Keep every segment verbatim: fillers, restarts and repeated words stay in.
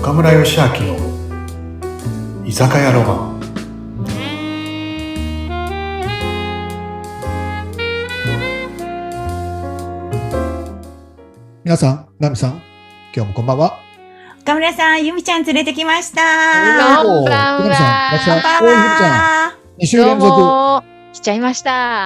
岡村義明の居酒屋ロマン。皆さん、ナミさん、今日もこんばんは。 岡村さん、ゆみちゃん連れてきました。 こんばんは。 ナミさん、いらっしゃい。 こんばんおー、ゆみちゃん、 は。 に週連続。 どうも来ちゃいました。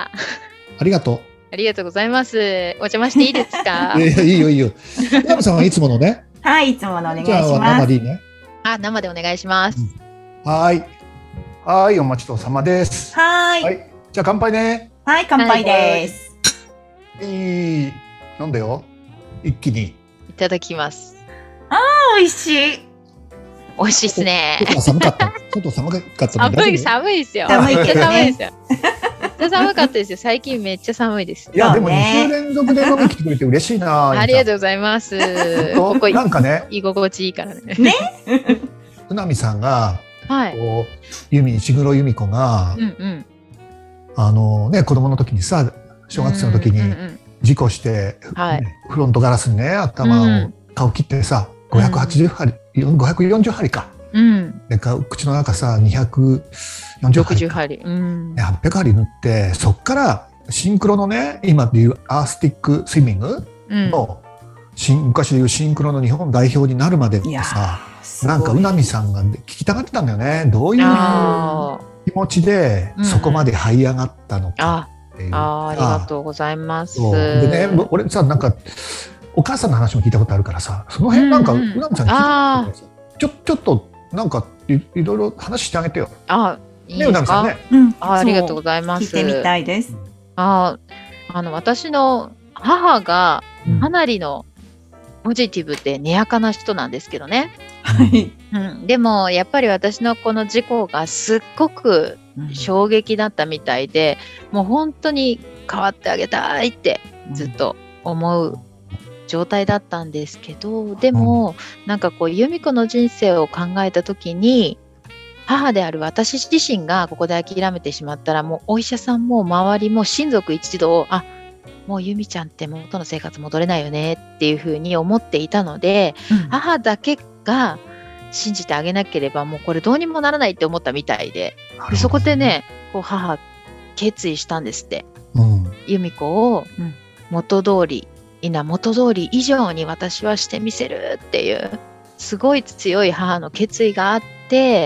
ありがとう。 ありがとうございます。お邪魔していいですか？ いやいや、いいよいいよ。ナミさんはいつものね。 はい、いつものお願いしじゃあます。 生でいいね。 あ、生でお願いします。 はーい。はーい、お待ちどうさまです。 はーい。はい、 はい。じゃあ乾杯ね。 乾杯です。 いい。飲んでよ。一気に。 いただきます。 美味しい。 美味しいですね。 ちょっと寒かった。ちょっと寒かったの。 寒い、 大丈夫？ 寒いですよ。 寒いけどねめっちゃ寒いですよ。めっちゃ寒かったですよ。最近めっちゃ寒いです。 いや、でもにそうね週連続で飲みに来てくれて嬉しいな。 ありがとううございます。 ごここなんかね、 居心地いいからね。 ね。 うなみさんが、 はい。 こう、由美、石黒由美子がう、んうん。 あのね、子供の時にさ、小学生の時にうんうんうん事故して、 はいねフロントガラスにね、頭を、 うん顔切ってさ、ごひゃくはちじゅう針、ごひゃくよんじゅう針か。 うん。 で、顔口の中さ、にひゃくよんじゅう針か。 ろくじゅう針。うん。 はっぴゃく針縫って、そっからシンクロのね、今でいうアースティックスイミングうん。 の、シン昔でいうシンクロの日本代表になるまでっていやさ、 ー、すごいなんかうなみさんが聞きたがってたんだよね。どういうあー気持ちでうんそこまで這い上がったのかあ。 っていうあー、ありがとうございます。 そうでね、俺さ、なんかお母さんの話も聞いたことあるからさ、その辺なんかううんうんなみさんに聞いたことあるからさ、ちょちょっとなんかいいろいろ話してあげてよ。 あ、いいね、うですか？ なみさんね。 うん、 あ、ありがとうごそうざいます。 聞いてみたいです。 あ、あの私の母がうんかなりのポジティブで根やかな人なんですけどね。 はい。 うん、でもやっぱり私のこの事故がすっごく衝撃だったみたいで、もう本当に変わってあげたいってずっと思う状態だったんですけど、でもなんかこう由美子の人生を考えた時に、母である私自身がここで諦めてしまったら、もうお医者さんも周りも親族一同、あ、もう由美ちゃんって元の生活戻れないよねっていうふうに思っていたので、 うん母だけが信じてあげなければもうこれどうにもならないって思ったみたいで、でそこで、ね、こう母決意したんですって。 うん、 由美子をうん元通り、いな元通り以上に私はしてみせるっていうすごい強い母の決意があって、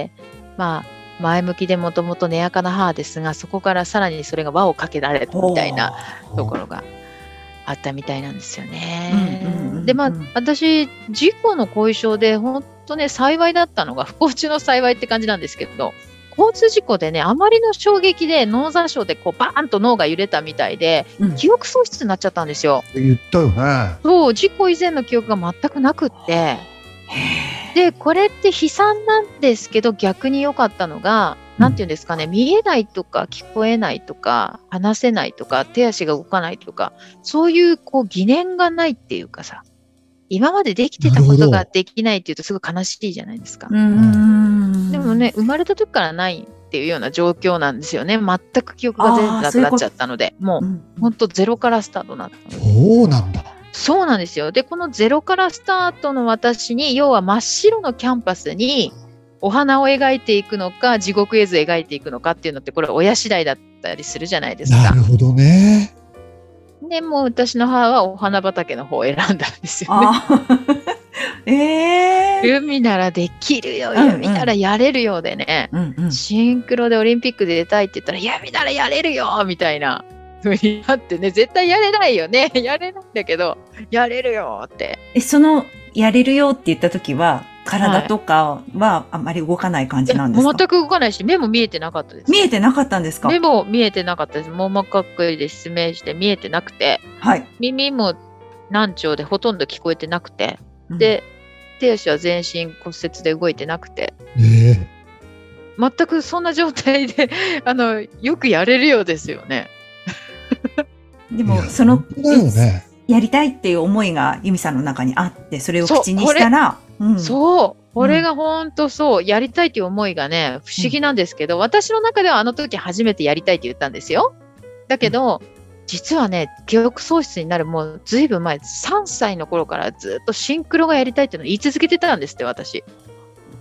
まあ前向きでもともと根やかな母ですが、そこからさらにそれが輪をかけられたみたいなところがあったみたいなんですよね。 うんうんうんうんで、まあ私事故の後遺症で本当ね幸いだったのが不幸中の幸いって感じなんですけど、交通事故でね、あまりの衝撃で脳挫傷でこうバーンと脳が揺れたみたいで、 うん記憶喪失になっちゃったんですよ。 言ったよね。 そう、事故以前の記憶が全くなくって、でこれって悲惨なんですけど、逆に良かったのが、なんていうんですかね、見えないとか聞こえないとか話せないとか手足が動かないとか、そういうこう疑念がないっていうかさ、今までできてたことができないっていうとすごい悲しいじゃないですか。 うーん。 でもね、生まれた時からないっていうような状況なんですよね。全く記憶が全然なくなっちゃったので、もう、 うん本当ゼロからスタートになったので。 そうなんだ。 そうなんですよ。で、このゼロからスタートの私に、要は真っ白のキャンパスにお花を描いていくのか、地獄絵図描いていくのかっていうのって、これ親次第だったりするじゃないですかなる。ほどね。 でもう私の母はお花畑の方を選んだんですよね。 あーえー。 海ならできるよ、 うんうん海ならやれるよでね。 うんうん。 シンクロでオリンピックで出たいって言ったら、闇ならやれるよみたいな風になってね、絶対やれないよね。やれないんだけど、やれるよって。 え、その、やれるよって言った時は、体とかはあまり動かない感じなんですか？ もう全く動かないし、目も見えてなかったです。 見えてなかったんですか？ 目も見えてなかったです。網膜剥離で失明して見えてなくて、 はい。 耳も難聴でほとんど聞こえてなくて、 うん、 で、手足は全身骨折で動いてなくて、 ね全くそんな状態で、あの、よくやれるようですよね。 でも、 いやその、 本当だよね。 やりたいっていう思いが由美さんの中にあって、それをそう口にしたら、うん、 そう、これが本当そう、やりたいという思いがね、不思議なんですけど、私の中ではあの時初めてやりたいって言ったんですよ。だけど、実はね、記憶喪失になるもうずいぶん前、さんさいの頃からずっとシンクロがやりたいっていうのを言い続けてたんですって、私。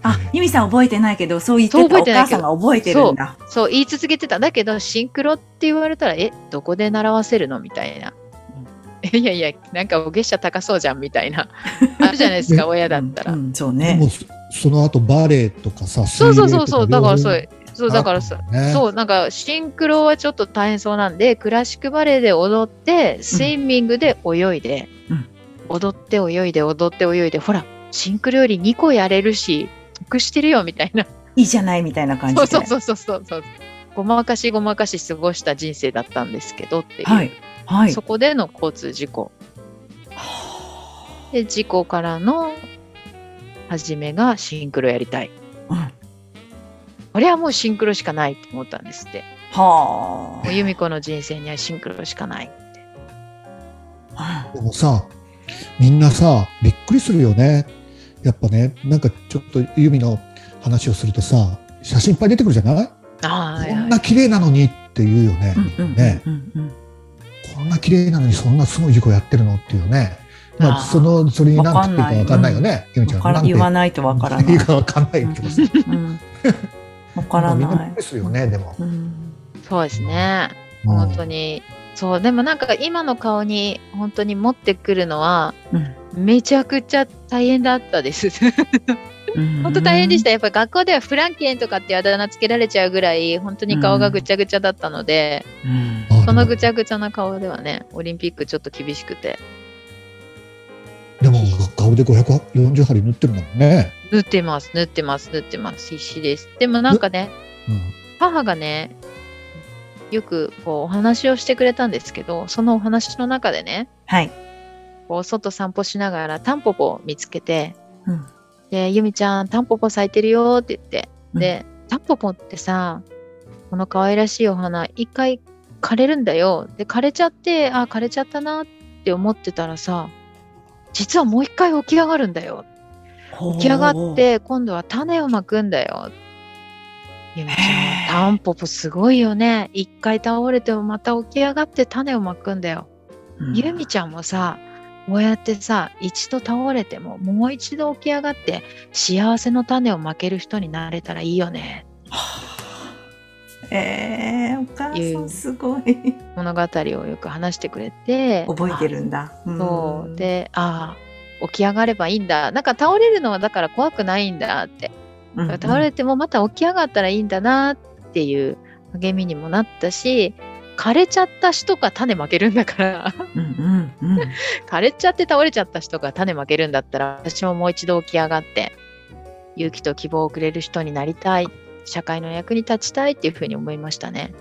あ、ユミさん覚えてないけど、そう言ってそうたお覚えてないけど母さんが覚えてるんだ。 そう言い続けてた。だけどシンクロって言われたら、え、どこで習わせるのみたいな。いやいや、なんかお月謝高そうじゃんみたいな。あるじゃないですか、親だったら。 うんうん、そうでもね。 その後バレエとかさ、 そうそうそうそう、 水泳とかだからそう両、 そうだからさ、 あったもんねそうなんかシンクロはちょっと大変そうなんで、クラシックバレエで踊ってスイミングで泳いで、 うん踊って泳いで踊って泳いで、ほらシンクロよりにこやれるし得してるよみたいな。 いいじゃないみたいな感じで。 そうそうそうそうそう、ごまかしごまかし過ごした人生だったんですけどっていう、 はい。はい。 そこでの交通事故で、事故からの初めがシンクロやりたい。 うんこれはもうシンクロしかないって思ったんですって。 はもう由美子の人生にはシンクロしかないって。 あ。 でもさ、みんなさ、びっくりするよね。やっぱね、なんかちょっとユミの話をするとさ、写真いっぱい出てくるじゃない？ ああ、 こんな綺麗なのにって言うよね。 うんうんね、 うんうんこんな綺麗なのにそんなすごい事故やってるのっていうね。まあ、 あーその、それに何て言っていいかわかんないよね。ユミちゃん。 わからなんて言わないとわからない。 いいかわかんないけどさ。 うんわからみんなびないっくり。するよね、でも。 うんそうですね。 うん本当に。そう、でもなんか今の顔に本当に持ってくるのは、 うんめちゃくちゃ大変だったです。本当大変でした。やっぱり学校ではフランケンとかってあだ名つけられちゃうぐらい、本当に顔がぐちゃぐちゃだったので、 うんあそのぐちゃぐちゃな顔ではね、オリンピックちょっと厳しくて。 でも、顔でごひゃくよんじゅう針縫ってるんだもんね。 縫ってます、縫ってます、縫ってます。必死です。でもなんかね、 うん。 母がね、よくこうお話をしてくれたんですけど、そのお話の中でね、 はい。 こう外散歩しながらタンポポを見つけて、 うんで、ゆみちゃん、タンポポ咲いてるよって言って、 うんで、タンポポってさ、この可愛らしいお花、一回枯れるんだよ。で、枯れちゃって、あ、枯れちゃったなって思ってたらさ、実はもう一回起き上がるんだよ。起き上がっ、て、今度は種をまくんだよ。ゆみちへーゃん、タンポポすごいよね。一回倒れてもまた起き上がって種をまくんだよ。 うんゆみちゃんもさ、こうやってさ、一度倒れてももう一度起き上がって幸せの種をまける人になれたらいいよね。 えー、お母さんすごい。 物語をよく話してくれて。 覚えてるんだ。 あそう。で、ああ、起き上がればいいんだ。なんか倒れるのはだから怖くないんだって。 うん、 倒れてもまた起き上がったらいいんだなっていう励みにもなったし、枯れちゃった人が種まけるんだからうんうんうん、 枯れちゃって倒れちゃった人が種まけるんだったら、私ももう一度起き上がって勇気と希望をくれる人になりたい、社会の役に立ちたいっていうふうに思いましたね。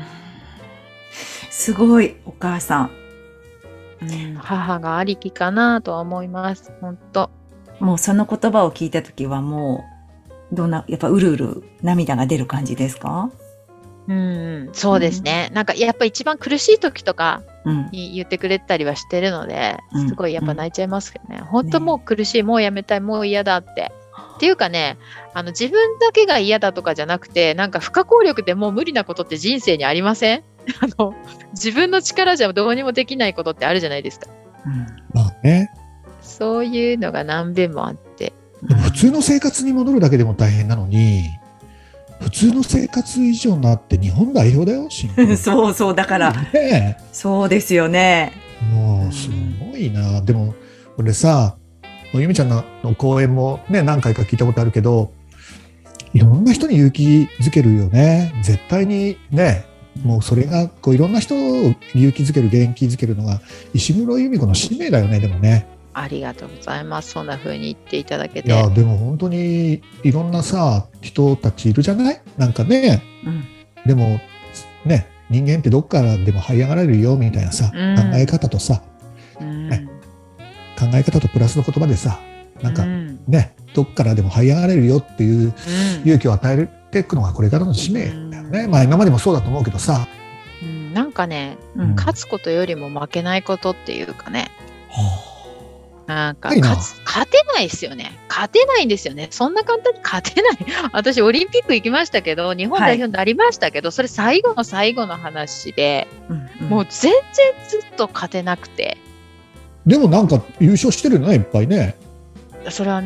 すごいお母さん、 うん、母がありきかなとは思います。本当。 もうその言葉を聞いたときはもうどんなやっぱうるうる涙が出る感じですか？ うん、そうですね。なんかやっぱ一番苦しい時とかうんに言ってくれたりはしてるので、 うんすごいやっぱ泣いちゃいますけどね。本当もう苦しい、もうやめたい、もう嫌だって。っていうかね、あの自分だけが嫌だとかじゃなくて、なんか不可抗力でもう無理なことって人生にありません？あの自分の力じゃどうにもできないことってあるじゃないですか。 うんまあね。 そういうのが何遍もあって。 でも普通の生活に戻るだけでも大変なのに、普通の生活以上になって日本代表だよ、シンクロそうそうだからねそうですよね。 えもうすごいな。でも俺さ、ゆみちゃんの講演もね何回か聞いたことあるけど、いろんな人に勇気づけるよね。絶対にね、もうそれがこういろんな人を勇気づける、元気づけるのが石黒由美子の使命だよね。でもね。 ありがとうございます。そんな風に言っていただけて。 いやでも本当にいろんなさ人たちいるじゃない。なんかね。 うんでもね、人間ってどっからでも這い上がれるよみたいなさ、 うん考え方とさ、 うんね考え方とプラスの言葉でさ、なんかうんね、どっからでも這い上がれるよっていううん勇気を与えていくのがこれからの使命だよね。まあ今までもそうだと思うけどさ。 うんなんかね、 うん勝つことよりも負けないことっていうかね、なんかはいな勝つ勝てないですよね。勝てないんですよね。そんな簡単に勝てない。私、オリンピック行きましたけど、日本代表になりましたけど、それ最後の最後の話で、 うんうんもう全然ずっと勝てなくて、 でもなんか優勝してるよね、いっぱいね。 それはね、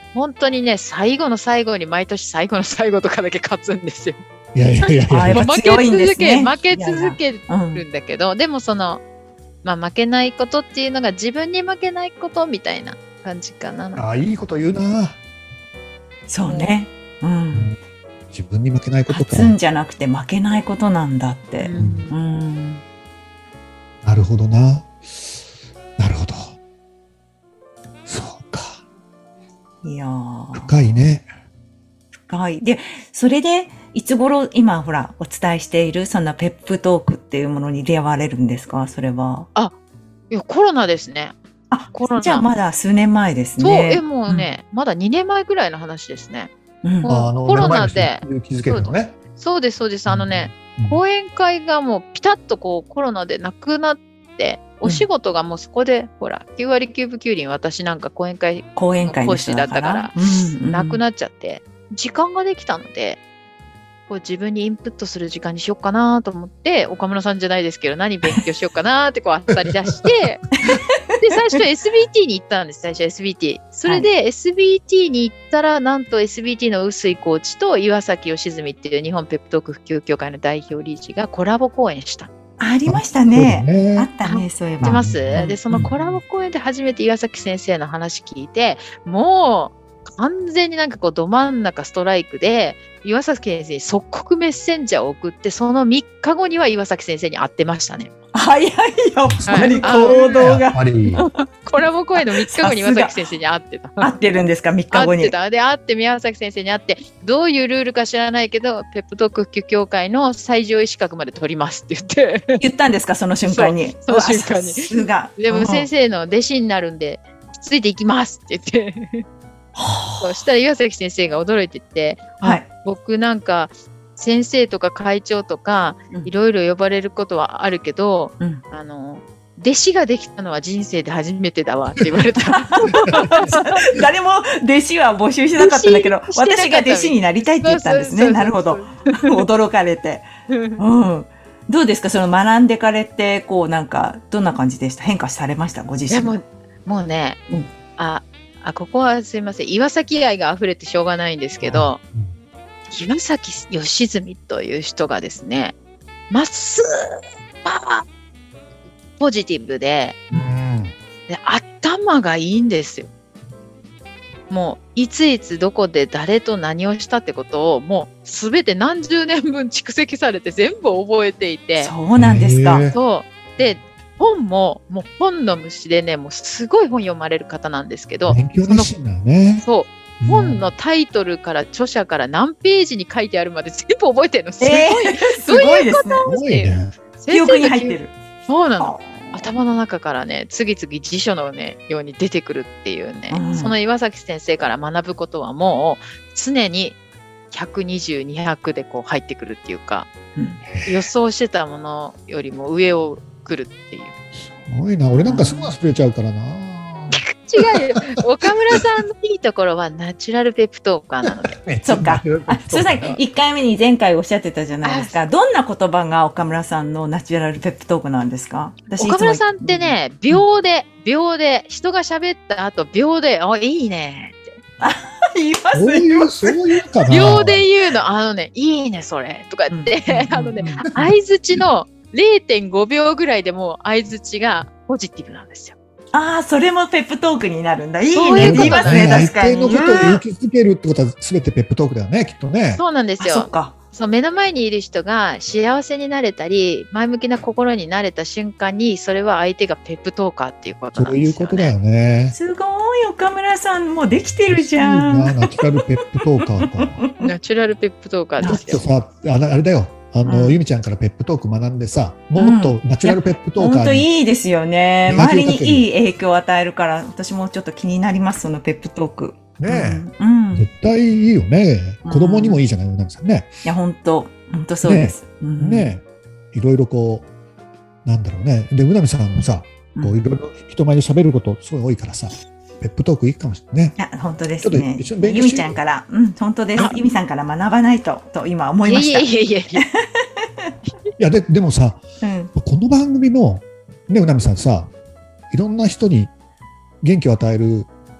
本当にね、最後の最後に毎年最後の最後とかだけ勝つんですよ。 いやいやいやいや。 あやっぱ負け強いんです続け、 ね負け続けいやいやうんるんだけど、でもその、まあ負けないことっていうのが自分に負けないことみたいな感じかな。 あ、いいこと言うな。 そうね。うん。 自分に負けないことか。 勝つんじゃなくて負けないことなんだって。 うんうん。 なるほどな。なるほど。そうか。 いやー、 深いね。 深い。で、それで、いつ頃、今ほら、お伝えしている、そんなペップトークっていうものに出会われるんですか、それは。 いや、コロナですね。 あ、 コロナじゃあまだ数年前ですそう、 ね。 え、もうね、まだにねんまえぐらいの話ですね。 うん。うん。 もうあのコロナで目の前の人に気づけるのね。 そうです、そうです。あのね、 うん、 講演会がもうピタッとこうコロナでなくなって、お仕事がもうそこで、ほら、きゅうわりきゅうぶきゅうりん私なんか講演会講演会の人だから。 講師だったうんうん、 なくなっちゃって、時間ができたので、こう自分にインプットする時間にしようかなと思って、岡村さんじゃないですけど、何勉強しようかなってこうあっさり出して、で、最初 エスビーティー に行ったんです、最初 エスビーティー。それで エスビーティー に行ったら、なんと エスビーティー の臼井コーチと岩崎良純っていう日本ペップトーク普及協会の代表理事がコラボ講演した。 ありましたそうだね。 ね。 あったね、そういえば。 知ってます、 うんで、そのコラボ講演で初めて岩崎先生の話聞いて、もう完全になんかこうど真ん中ストライクで、岩崎先生に即刻メッセンジャーを送って、そのみっかごには岩崎先生に会ってましたね。 早い、やっぱりはい行動やっがぱり。 コラボ公演のみっかごに岩崎先生に会ってた。 合ってるんですか、みっかごに。 会ってた。で、会って宮崎先生に会って、どういうルールか知らないけど、ペップトーク普及協会の最上位資格まで取りますって言って。 言ったんですか、その瞬間に。 そうその瞬間にうわさすが。 でも先生。 生の弟子になるんで、ついていきますって言って。そしたら岩崎先生が驚いてて、 はい。 僕なんか先生とか会長とかうんいろいろ呼ばれることはあるけど、 うんあの弟子ができたのは人生で初めてだわって言われた。 誰も弟子は募集しなかったんだけど、 弟子してなかった私が弟子になりたいって言ったんですね。 そうそうそうなるほど。驚かれて。うん。どうですか、その学んでかれて、こうなんか、どんな感じでした？変化されましたご自身。 いやもうもうね、 うんああここはすいません、岩崎愛が溢れてしょうがないんですけど、岩崎良純という人がですね、まっすぐポジティブで、 うん。 で頭がいいんですよ。もういついつどこで誰と何をしたってことをもうすべて何十年分蓄積されて全部覚えていて、 そうなんですか。 へーそうで本ももう本の虫でね、もうすごい本読まれる方なんですけど、 勉強熱心だよね。 そう本のタイトルから著者から何ページに書いてあるまで全部覚えてるの。すごい、 えーすごいですね。 すごいね。 記憶に入ってる。 そうなの。 あ頭の中からね、次々辞書のね、ように出てくるっていうね、 うんその岩崎先生から学ぶことはもう常にひゃくにじゅう、にひゃくでこう入ってくるっていうか、 うん予想してたものよりも上を来るっていう。 すごいな。俺なんかすぐ忘れちゃうからな。 違うよ。岡村さんのいいところはナチュラルペプトーカーなので。 そっか。あ、それさっきいっかいめに前回おっしゃってたじゃないですか。どんな言葉が岡村さんのナチュラルペップトークなんですか？私いつも岡村さんってね、秒で、秒で、人が喋った後、秒で、あ、いいねって。 言いますそういう、そういうかな。 秒で言うの、あのね、いいね、それ、とか言って、 うんあのね、相づちの れいてんごびょうぐらいでもう相づちがポジティブなんですよ。 ああ、それもペップトークになるんだ。いいね。 そういうこと言いますね、確かに。 相手のことを勇気づけるってことは全てペップトークだよね、きっとね。 そうなんですあ、そっよ。 か。 そう、目の前にいる人が幸せになれたり、前向きな心になれた瞬間に、それは相手がペップトーカーっていうことなそういうんですよ、ね。 ことだよね。 すごい、岡村さん、もうできてるじゃいいな、 ん。 ナチュラルペップトーカーか。 ナチュラルペップトーカーちょですよ。 っとさ、あれあれだよ。あの、 うんゆみちゃんからペップトーク学んでさ、もっとナチュラルペップトーカ本当ーに。 いいですよね。 磨きを周りにかけるいい影響を与えるから、私もちょっと気になります、そのペップトーク。 ねうん。うん。い絶対いいよね。 うん子供にもいいじゃない、うなぎさんね。 や、本当本当そうです。うんねいろいろこう、なんだろうね。で、うなみさんもさ、こううんいろいろ人前で喋ることすごい多いからさ、ペップトークいいかもしれないね。 いや、本当ですちょっとね。 一緒に勉強しようゆみちゃんから、うん、本当ですあ。 ゆみさんから学ばないと、と今思いました。 いやいやいやいや。 いや、で、でもさ、 うん。 この番組も、ね、うなみさんさ、いろんな人に元気を与えるペッ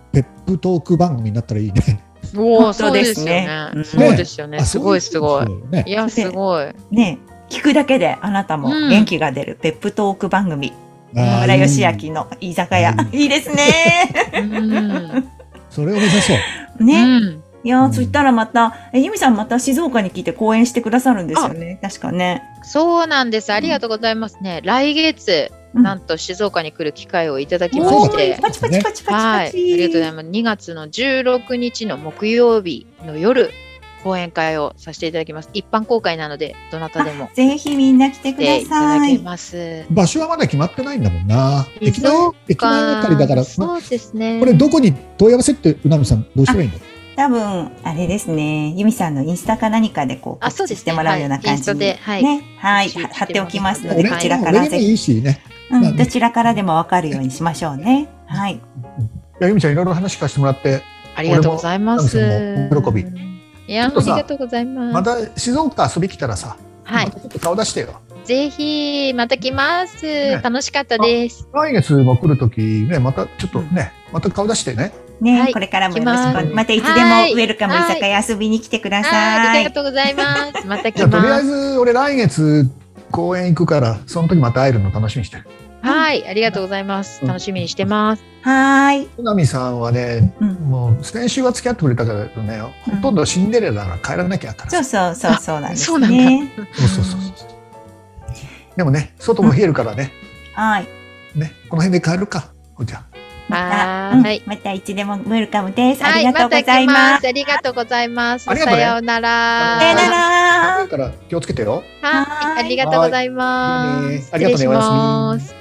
プトーク番組になったらいいね。 おお、 本当でそうですすよねね。 うんそうですよね。 あすごいすごい。 そうねいや、すごい。 ね、聞くだけであなたもうん元気が出るペップトーク番組。 あー野村義明の居酒屋。いいですね。 うん。 それを目指そう。 うね。 ん。 いやー、 うんそしたらまた、え、ゆみさんまた静岡に来て講演してくださるんですよね。確かね。 そうなんです。ありがとうございますね。来月、 うんなんと静岡に来る機会をいただきまそうだしておー、パチパチパチパチはい、あパチ。 りがとうございます。にがつのじゅうろくにちの木曜日の夜、講演会をさせていただきます。一般公開なので、どなたでもあぜひみんな来てくだ来ていたださい。 けます。 場所はまだ決まってないんだもんな。駅前静岡駅前あたりだから、まそうですね。 これどこに問い合わせってうなみさんどうしたらいいの？ 多分、あれですね。ゆみさんのインスタか何かでこう、 あそうですね告知してもらうような感じに。 はいインスタではいね。はい。 告知は貼っておきますので、 して俺こちらからぜひ俺でもいい、しね。 うん、どちらからでもわかるようにしましょうね。はい。 いやゆみちゃんいろいろ話聞かせてもらって、 ありがとうございます。 俺も喜びいや、 ちょっとさありがとうございます。 また静岡遊び来たらさ、 はいまたちょっと顔出してよ。 ぜひ、また来ます。楽しかったです。 来月も来るときね、またちょっとね、また顔出してね。 ね、 はいこれからもよろしくお願い来ますまたいつでもはいウェルカム居酒屋遊びに来てくだはい、 さい。 ありがとうございます。また来じゃあとりあえます。 ず俺来月公園行くから、その時また会えるの楽しみにしてる。 はい、ありがとうございます。 うん楽しみにしてます。 はーい。 うなみさんはね、 うんもう先週は付き合ってくれたけどね、ほとんどシンデレラだから帰らなきゃからそうさ。 そうそうそうなんですそうなんだね。 そうそうそうそう。でもね、外も冷えるからね、 はい。 ね、この辺で帰るか。ほいじゃあまた、 はーいうんまたいつでもウェルカムです。あはい、 りがとうごまた来ざいま。 ますす。ありがとうございます。 ありがとうねさようなら。 さよなら。 だから気をつけてよ。 はい、ありがとうございます。 はいじゃあねありがとうね失礼します。